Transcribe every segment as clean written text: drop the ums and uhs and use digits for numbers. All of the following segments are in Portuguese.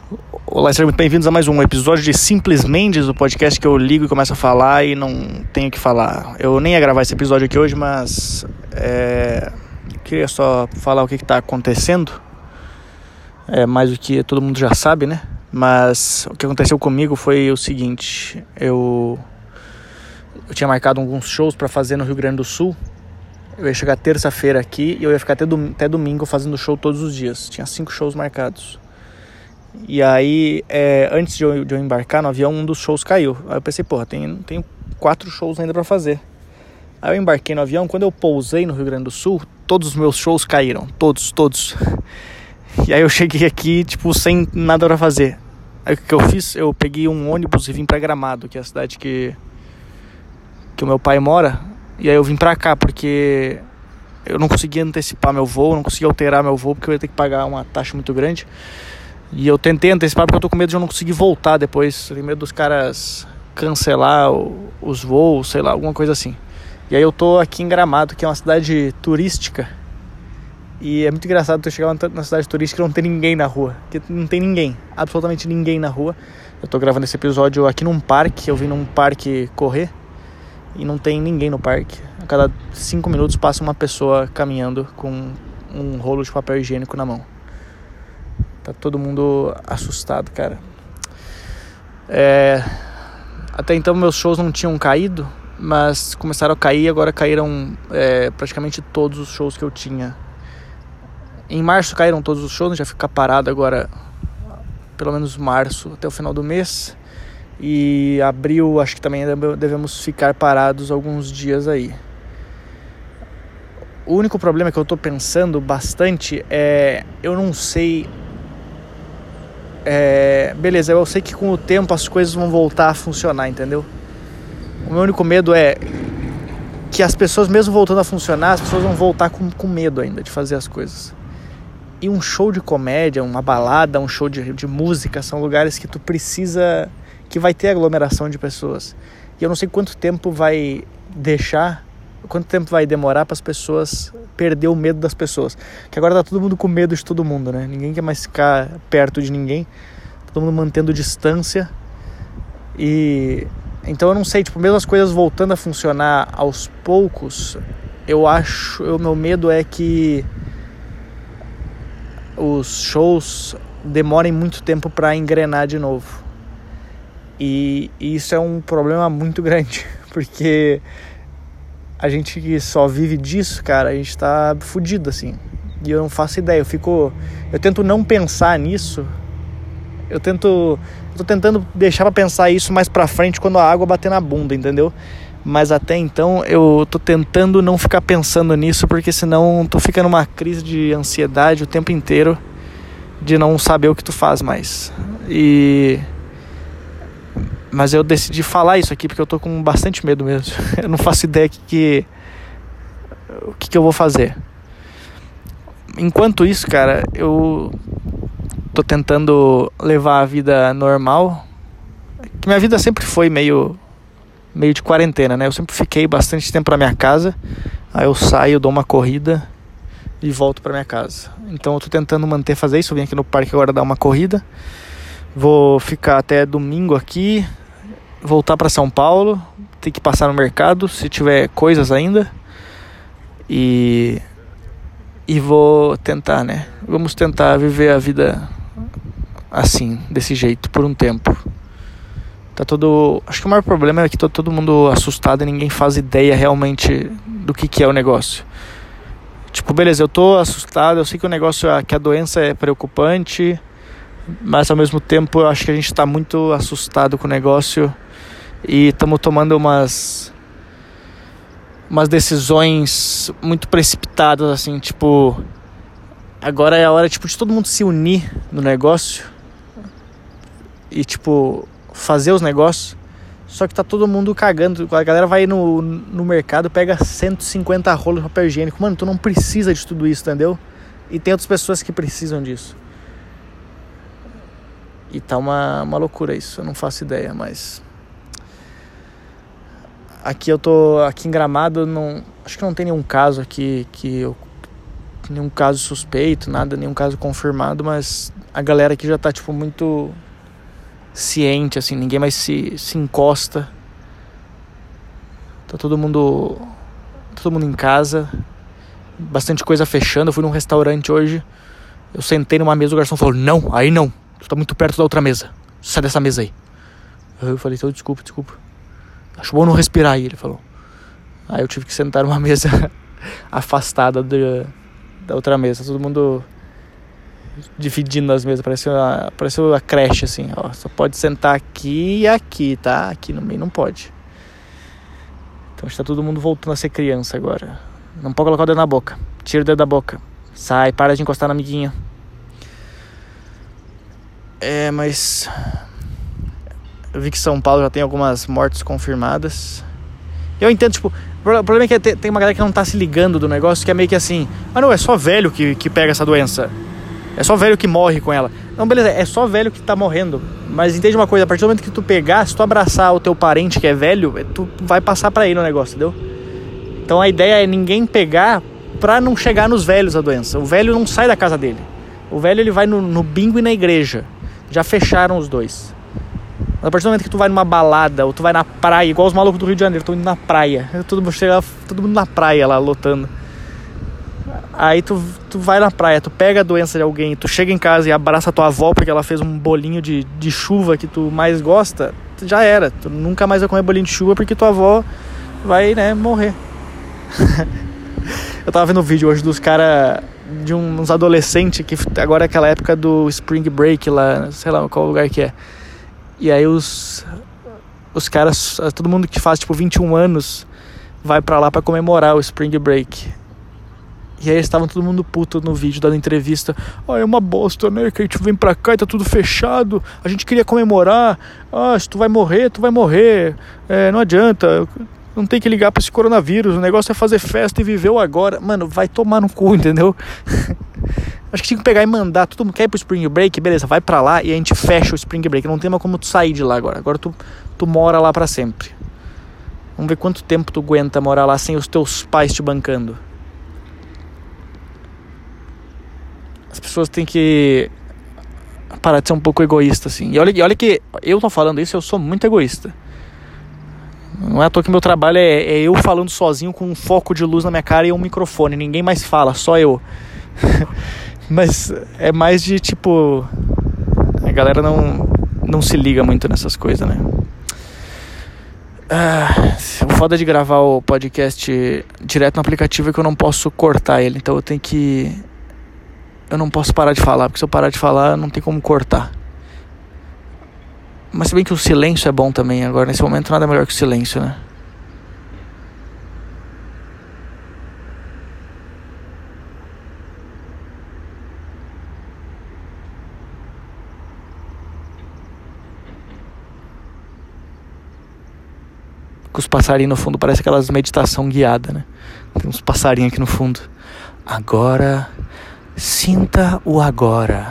Olá, sejam muito bem-vindos a mais um episódio de Simples Mendes, o podcast que eu ligo e começo a falar e não tenho o que falar. Eu nem ia gravar esse episódio aqui hoje, mas queria só falar o que está acontecendo. Mais do que todo mundo já sabe, né? Mas o que aconteceu comigo foi o seguinte: eu tinha marcado alguns shows para fazer no Rio Grande do Sul. Eu ia chegar terça-feira aqui e eu ia ficar até domingo fazendo show todos os dias. Tinha 5 shows marcados. E aí, antes de eu embarcar no avião, um dos shows caiu. Aí eu pensei, tenho 4 shows ainda pra fazer. Aí eu embarquei no avião, quando eu pousei no Rio Grande do Sul, todos os meus shows caíram. Todos. E aí eu cheguei aqui, sem nada pra fazer. Aí o que eu fiz? Eu peguei um ônibus e vim pra Gramado, que é a cidade que o meu pai mora. E aí eu vim pra cá, porque eu não conseguia antecipar meu voo, não conseguia alterar meu voo, porque eu ia ter que pagar uma taxa muito grande. E eu tentei antecipar porque eu tô com medo de eu não conseguir voltar depois. Eu tenho medo dos caras cancelar os voos, sei lá, alguma coisa assim. E aí eu tô aqui em Gramado, que é uma cidade turística. E é muito engraçado tu chegar na cidade turística e não ter ninguém na rua. Porque não tem ninguém, absolutamente ninguém na rua. Eu tô gravando esse episódio aqui num parque. Eu vim num parque correr e não tem ninguém no parque. A cada 5 minutos passa uma pessoa caminhando com um rolo de papel higiênico na mão. Tá todo mundo assustado, cara. Até então meus shows não tinham caído, mas começaram a cair. Agora caíram praticamente todos os shows que eu tinha. Em março caíram todos os shows, já fica parado agora, pelo menos março, até o final do mês. E abril acho que também devemos ficar parados alguns dias aí. O único problema que eu tô pensando bastante eu não sei... beleza, eu sei que com o tempo as coisas vão voltar a funcionar, entendeu? O meu único medo é que as pessoas, mesmo voltando a funcionar, as pessoas vão voltar com medo ainda de fazer as coisas. E um show de comédia, uma balada, um show de música, são lugares que tu precisa, que vai ter aglomeração de pessoas. E eu não sei quanto tempo vai demorar para as pessoas perder o medo das pessoas. Que agora tá todo mundo com medo de todo mundo, né? Ninguém quer mais ficar perto de ninguém. Todo mundo mantendo distância. E então eu não sei, mesmo as coisas voltando a funcionar aos poucos, meu medo é que os shows demorem muito tempo para engrenar de novo. E isso é um problema muito grande, porque a gente que só vive disso, cara, a gente tá fudido, assim. E eu não faço ideia, eu tento não pensar nisso. Eu tô tentando deixar pra pensar isso mais pra frente, quando a água bater na bunda, entendeu? Mas até então eu tô tentando não ficar pensando nisso, porque senão tu fica numa crise de ansiedade o tempo inteiro, de não saber o que tu faz mais. Mas eu decidi falar isso aqui porque eu tô com bastante medo mesmo. Eu não faço ideia o que eu vou fazer. Enquanto isso, cara, eu tô tentando levar a vida normal. Que minha vida sempre foi meio de quarentena, né? Eu sempre fiquei bastante tempo na minha casa. Aí eu saio, dou uma corrida e volto pra minha casa. Então eu tô tentando fazer isso. Eu vim aqui no parque agora dar uma corrida. Vou ficar até domingo aqui, voltar para São Paulo, ter que passar no mercado, se tiver coisas ainda, e vou tentar, né? Vamos tentar viver a vida assim, desse jeito, por um tempo. Acho que o maior problema é que tá todo mundo assustado e ninguém faz ideia realmente do que é o negócio. Beleza, eu tô assustado, eu sei que que a doença é preocupante, mas ao mesmo tempo eu acho que a gente está muito assustado com o negócio e estamos tomando umas decisões muito precipitadas, assim, agora é a hora de todo mundo se unir no negócio e fazer os negócios. Só que tá todo mundo cagando. A galera vai no mercado, pega 150 rolos de papel higiênico. Mano, tu não precisa de tudo isso, entendeu? E tem outras pessoas que precisam disso. E tá uma loucura isso, eu não faço ideia, mas... Aqui em Gramado, acho que não tem nenhum caso aqui, nenhum caso suspeito, nada, nenhum caso confirmado, mas a galera aqui já tá, tipo, muito ciente, assim, ninguém mais se encosta. Tá todo mundo em casa, bastante coisa fechando. Eu fui num restaurante hoje, eu sentei numa mesa, o garçom falou, não, aí não, tu tá muito perto da outra mesa, sai dessa mesa aí. Eu falei, então desculpa, acho bom não respirar aí, ele falou. Aí eu tive que sentar numa mesa afastada da outra mesa, todo mundo dividindo as mesas, pareceu a creche, assim, ó, só pode sentar aqui e aqui, tá? Aqui no meio não pode. Então está todo mundo voltando a ser criança agora. Não pode colocar o dedo na boca, tira o dedo da boca, sai, para de encostar no amiguinho. Mas eu vi que São Paulo já tem algumas mortes confirmadas. Eu entendo, tipo, o problema é que tem uma galera que não tá se ligando do negócio, que é meio que assim, não, é só velho que pega essa doença. É só velho que morre com ela. Não, beleza, é só velho que tá morrendo. Mas entende uma coisa, a partir do momento que tu pegar, se tu abraçar o teu parente que é velho, tu vai passar pra ele o negócio, entendeu? Então a ideia é ninguém pegar pra não chegar nos velhos a doença. O velho não sai da casa dele. O velho, ele vai no bingo e na igreja. Já fecharam os dois. Mas a partir do momento que tu vai numa balada, ou tu vai na praia, igual os malucos do Rio de Janeiro, estão indo na praia. Todo mundo na praia lá, lotando. Aí tu vai na praia, tu pega a doença de alguém, tu chega em casa e abraça a tua avó porque ela fez um bolinho de chuva que tu mais gosta, já era. Tu nunca mais vai comer bolinho de chuva porque tua avó vai, né, morrer. Eu tava vendo um vídeo hoje dos caras, de uns adolescentes, que agora é aquela época do Spring Break lá, sei lá qual lugar que é. E aí os caras, todo mundo que faz tipo 21 anos vai pra lá pra comemorar o Spring Break. E aí estavam todo mundo puto no vídeo, dando entrevista. É uma bosta, né? Que a gente vem pra cá e tá tudo fechado. A gente queria comemorar. Se tu vai morrer, tu vai morrer. Não adianta. Não tem que ligar pra esse coronavírus. O negócio é fazer festa e viver o agora. Mano, vai tomar no cu, entendeu? Acho que tinha que pegar e mandar. Todo mundo quer ir pro Spring Break, beleza, vai pra lá e a gente fecha o Spring Break. Não tem mais como tu sair de lá agora. Agora tu mora lá pra sempre. Vamos ver quanto tempo tu aguenta morar lá sem os teus pais te bancando. As pessoas têm que parar de ser um pouco egoísta, assim. E olha que eu tô falando isso, eu sou muito egoísta. Não é à toa que meu trabalho é eu falando sozinho com um foco de luz na minha cara e um microfone. Ninguém mais fala, só eu. Mas é mais de tipo... A galera não se liga muito nessas coisas, né? O foda de gravar o podcast direto no aplicativo é que eu não posso cortar ele. Então eu não posso parar de falar, porque se eu parar de falar, não tem como cortar. Mas se bem que o silêncio é bom também. Agora, nesse momento, nada melhor que o silêncio, né? Com os passarinhos no fundo, parece aquelas meditação guiada, né? Tem uns passarinhos aqui no fundo. Agora... Sinta o agora.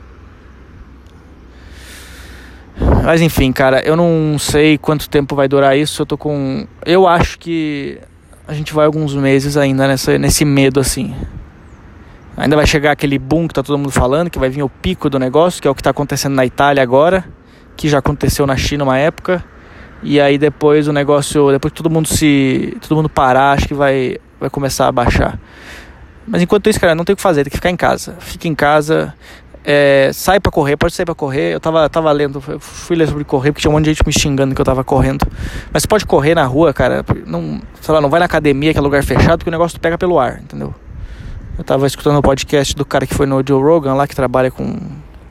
Mas enfim, cara, eu não sei quanto tempo vai durar isso. Eu acho que a gente vai alguns meses ainda nesse medo, assim. Ainda vai chegar aquele boom que tá todo mundo falando, que vai vir o pico do negócio, que é o que tá acontecendo na Itália agora, que já aconteceu na China uma época. E aí depois o negócio, depois que todo mundo parar, acho que vai começar a baixar. Mas enquanto isso, cara, não tem o que fazer, tem que ficar em casa. Fica em casa, sai pra correr, pode sair pra correr. Eu tava lendo, eu fui ler sobre correr, porque tinha um monte de gente me xingando que eu tava correndo. Mas você pode correr na rua, cara, não vai na academia, que é lugar fechado, porque o negócio tu pega pelo ar, entendeu? Eu tava escutando o podcast do cara que foi no Joe Rogan lá, que trabalha com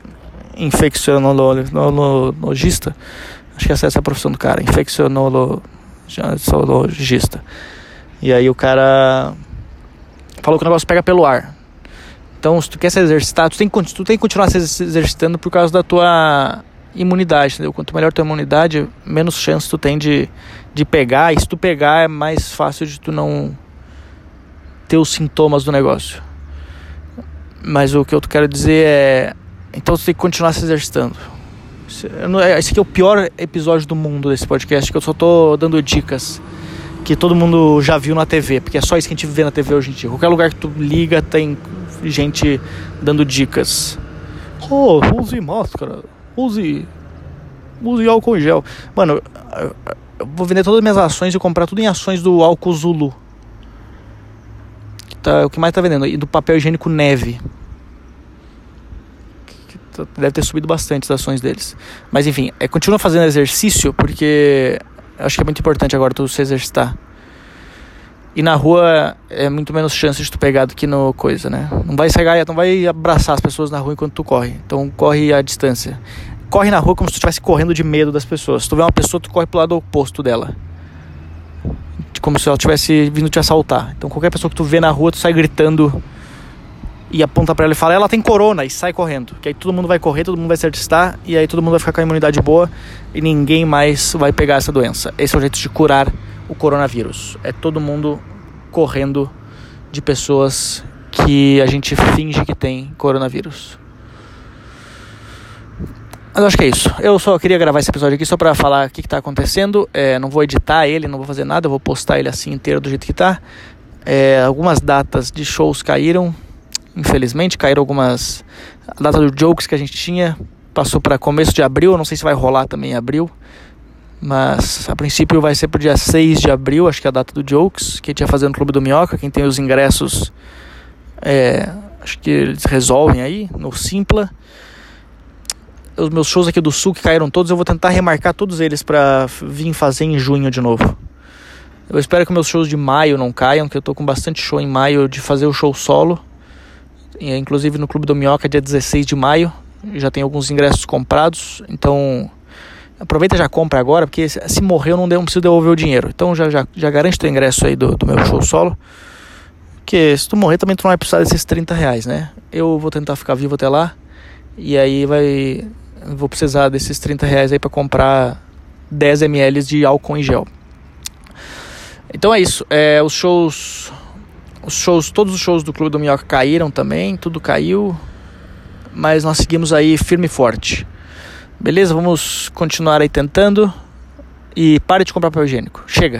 infeccionologista. Acho que essa é a profissão do cara, infeccionologista. E aí o cara... falou que o negócio pega pelo ar. Então, se tu quer se exercitar, tu tem que continuar se exercitando por causa da tua imunidade, entendeu? Quanto melhor tua imunidade, menos chance tu tem de pegar. E se tu pegar, é mais fácil de tu não ter os sintomas do negócio. Mas o que eu quero dizer é... Então, tu tem que continuar se exercitando. Esse aqui é o pior episódio do mundo desse podcast, que eu só tô dando dicas que todo mundo já viu na TV, porque é só isso que a gente vê na TV hoje em dia. Qualquer lugar que tu liga tem gente dando dicas. use máscara, use álcool em gel. Mano, eu vou vender todas as minhas ações e comprar tudo em ações do álcool Zulu, que tá, o que mais tá vendendo, e do papel higiênico Neve, que deve ter subido bastante as ações deles. Mas enfim, continua fazendo exercício, porque acho que é muito importante agora tu se exercitar. E na rua é muito menos chance de tu pegar do que no coisa, né? Não vai abraçar as pessoas na rua enquanto tu corre. Então corre à distância. Corre na rua como se tu estivesse correndo de medo das pessoas. Se tu vê uma pessoa, tu corre pro lado oposto dela, como se ela estivesse vindo te assaltar. Então qualquer pessoa que tu vê na rua, tu sai gritando e aponta pra ela e fala: ela tem corona, e sai correndo. Que aí todo mundo vai correr, todo mundo vai se testar, e aí todo mundo vai ficar com a imunidade boa e ninguém mais vai pegar essa doença. Esse é o jeito de curar o coronavírus. É todo mundo correndo de pessoas que a gente finge que tem coronavírus. Mas eu acho que é isso. Eu só queria gravar esse episódio aqui só pra falar o que tá acontecendo. Não vou editar ele, não vou fazer nada. Eu vou postar ele assim inteiro do jeito que tá. Algumas datas de shows caíram. Infelizmente, caíram algumas. A data do Jokes que a gente tinha passou para começo de abril. Eu não sei se vai rolar também em abril, mas a princípio vai ser pro dia 6 de abril. Acho que é a data do Jokes, que a gente ia fazer no Clube do Minhoca. Quem tem os ingressos, acho que eles resolvem aí no Simpla. Os meus shows aqui do Sul que caíram todos, eu vou tentar remarcar todos eles para vir fazer em junho de novo. Eu espero que meus shows de maio não caiam, que eu tô com bastante show em maio de fazer o show solo. Inclusive no Clube do Minhoca, dia 16 de maio. Já tem alguns ingressos comprados. Então, aproveita e já compra agora, porque se morrer eu não preciso devolver o dinheiro. Então já garante teu ingresso aí do meu show solo. Porque se tu morrer também tu não vai precisar desses R$30, né? Eu vou tentar ficar vivo até lá. E aí vou precisar desses R$30 aí pra comprar 10 ml de álcool em gel. Então é isso. Todos os shows do Clube do Minhoca caíram também, tudo caiu, mas nós seguimos aí firme e forte. Beleza? Vamos continuar aí tentando. E pare de comprar papel higiênico. Chega.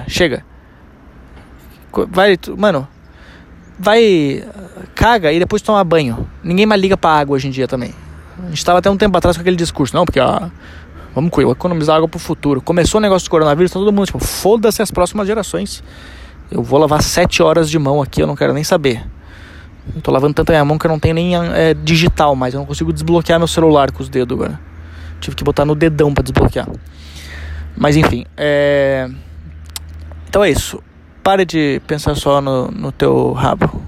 Caga e depois toma banho. Ninguém mais liga pra água hoje em dia também. A gente tava até um tempo atrás com aquele discurso, não, porque vamos economizar água pro futuro. Começou o negócio do coronavírus, tá todo mundo tipo, foda-se as próximas gerações. Eu vou lavar 7 horas de mão aqui, eu não quero nem saber. Eu tô lavando tanta minha mão que eu não tenho nem digital mais. Eu não consigo desbloquear meu celular com os dedos agora. Tive que botar no dedão pra desbloquear. Mas enfim, então é isso. Pare de pensar só no teu rabo.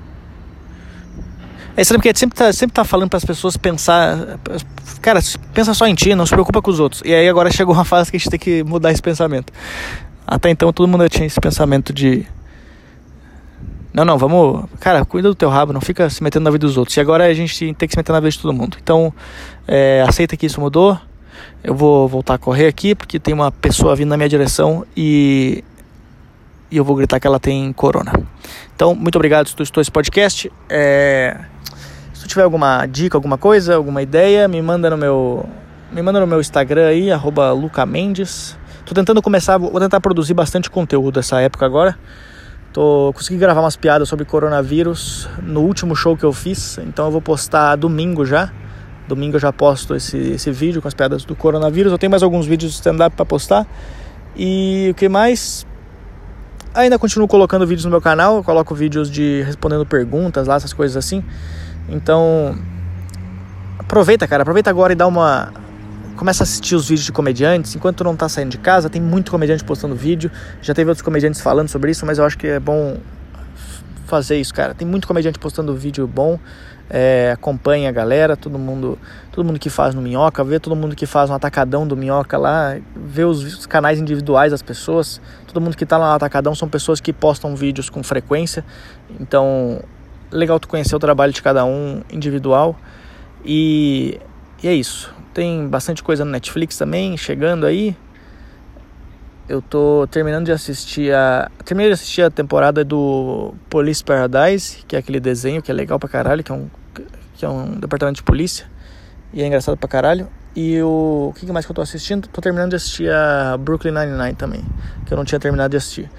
Sabe porque sempre tá falando para as pessoas pensar. Cara, pensa só em ti, não se preocupa com os outros. E aí agora chegou uma fase que a gente tem que mudar esse pensamento. Até então todo mundo tinha esse pensamento de não, vamos, cara, cuida do teu rabo, não fica se metendo na vida dos outros. E agora a gente tem que se meter na vida de todo mundo. Então aceita que isso mudou. Eu vou voltar a correr aqui porque tem uma pessoa vindo na minha direção e eu vou gritar que ela tem corona. Então, muito obrigado se tu escutou esse podcast. Se tu tiver alguma dica, alguma coisa, alguma ideia, me manda no meu Instagram aí, @lucamendes. Tô tentando vou tentar produzir bastante conteúdo essa época agora. Consegui gravar umas piadas sobre coronavírus no último show que eu fiz, então eu vou postar domingo já. Domingo eu já posto esse vídeo com as piadas do coronavírus. Eu tenho mais alguns vídeos de stand-up pra postar. E o que mais? Ainda continuo colocando vídeos no meu canal. Eu coloco vídeos de respondendo perguntas lá, essas coisas assim. Então, aproveita agora e começa a assistir os vídeos de comediantes. Enquanto tu não tá saindo de casa, tem muito comediante postando vídeo. Já teve outros comediantes falando sobre isso, mas eu acho que é bom fazer isso, cara. Tem muito comediante postando vídeo bom. Acompanha a galera, todo mundo que faz no Minhoca, vê todo mundo que faz um atacadão do Minhoca lá, vê os canais individuais das pessoas. Todo mundo que tá lá no atacadão são pessoas que postam vídeos com frequência. Então, legal tu conhecer o trabalho de cada um individual. E é isso. Tem bastante coisa no Netflix também, chegando aí. Eu tô terminando de assistir Terminei de assistir a temporada do Police Paradise, que é aquele desenho que é legal pra caralho, que é um departamento de polícia. E é engraçado pra caralho. E o que mais que eu tô assistindo? Tô terminando de assistir a Brooklyn Nine-Nine também, que eu não tinha terminado de assistir. Então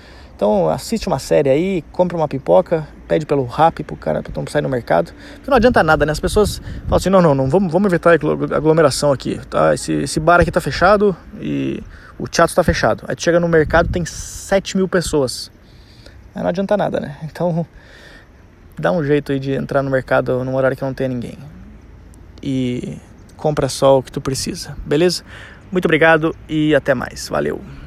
Então assiste uma série aí, compra uma pipoca, pede pelo Rappi pro cara pra não sair no mercado. Porque não adianta nada, né? As pessoas falam assim, não, vamos evitar aglomeração aqui, tá? Esse bar aqui tá fechado e o teatro tá fechado. Aí tu chega no mercado, tem 7.000 pessoas. Aí não adianta nada, né? Então dá um jeito aí de entrar no mercado num horário que não tenha ninguém. E compra só o que tu precisa, beleza? Muito obrigado e até mais. Valeu!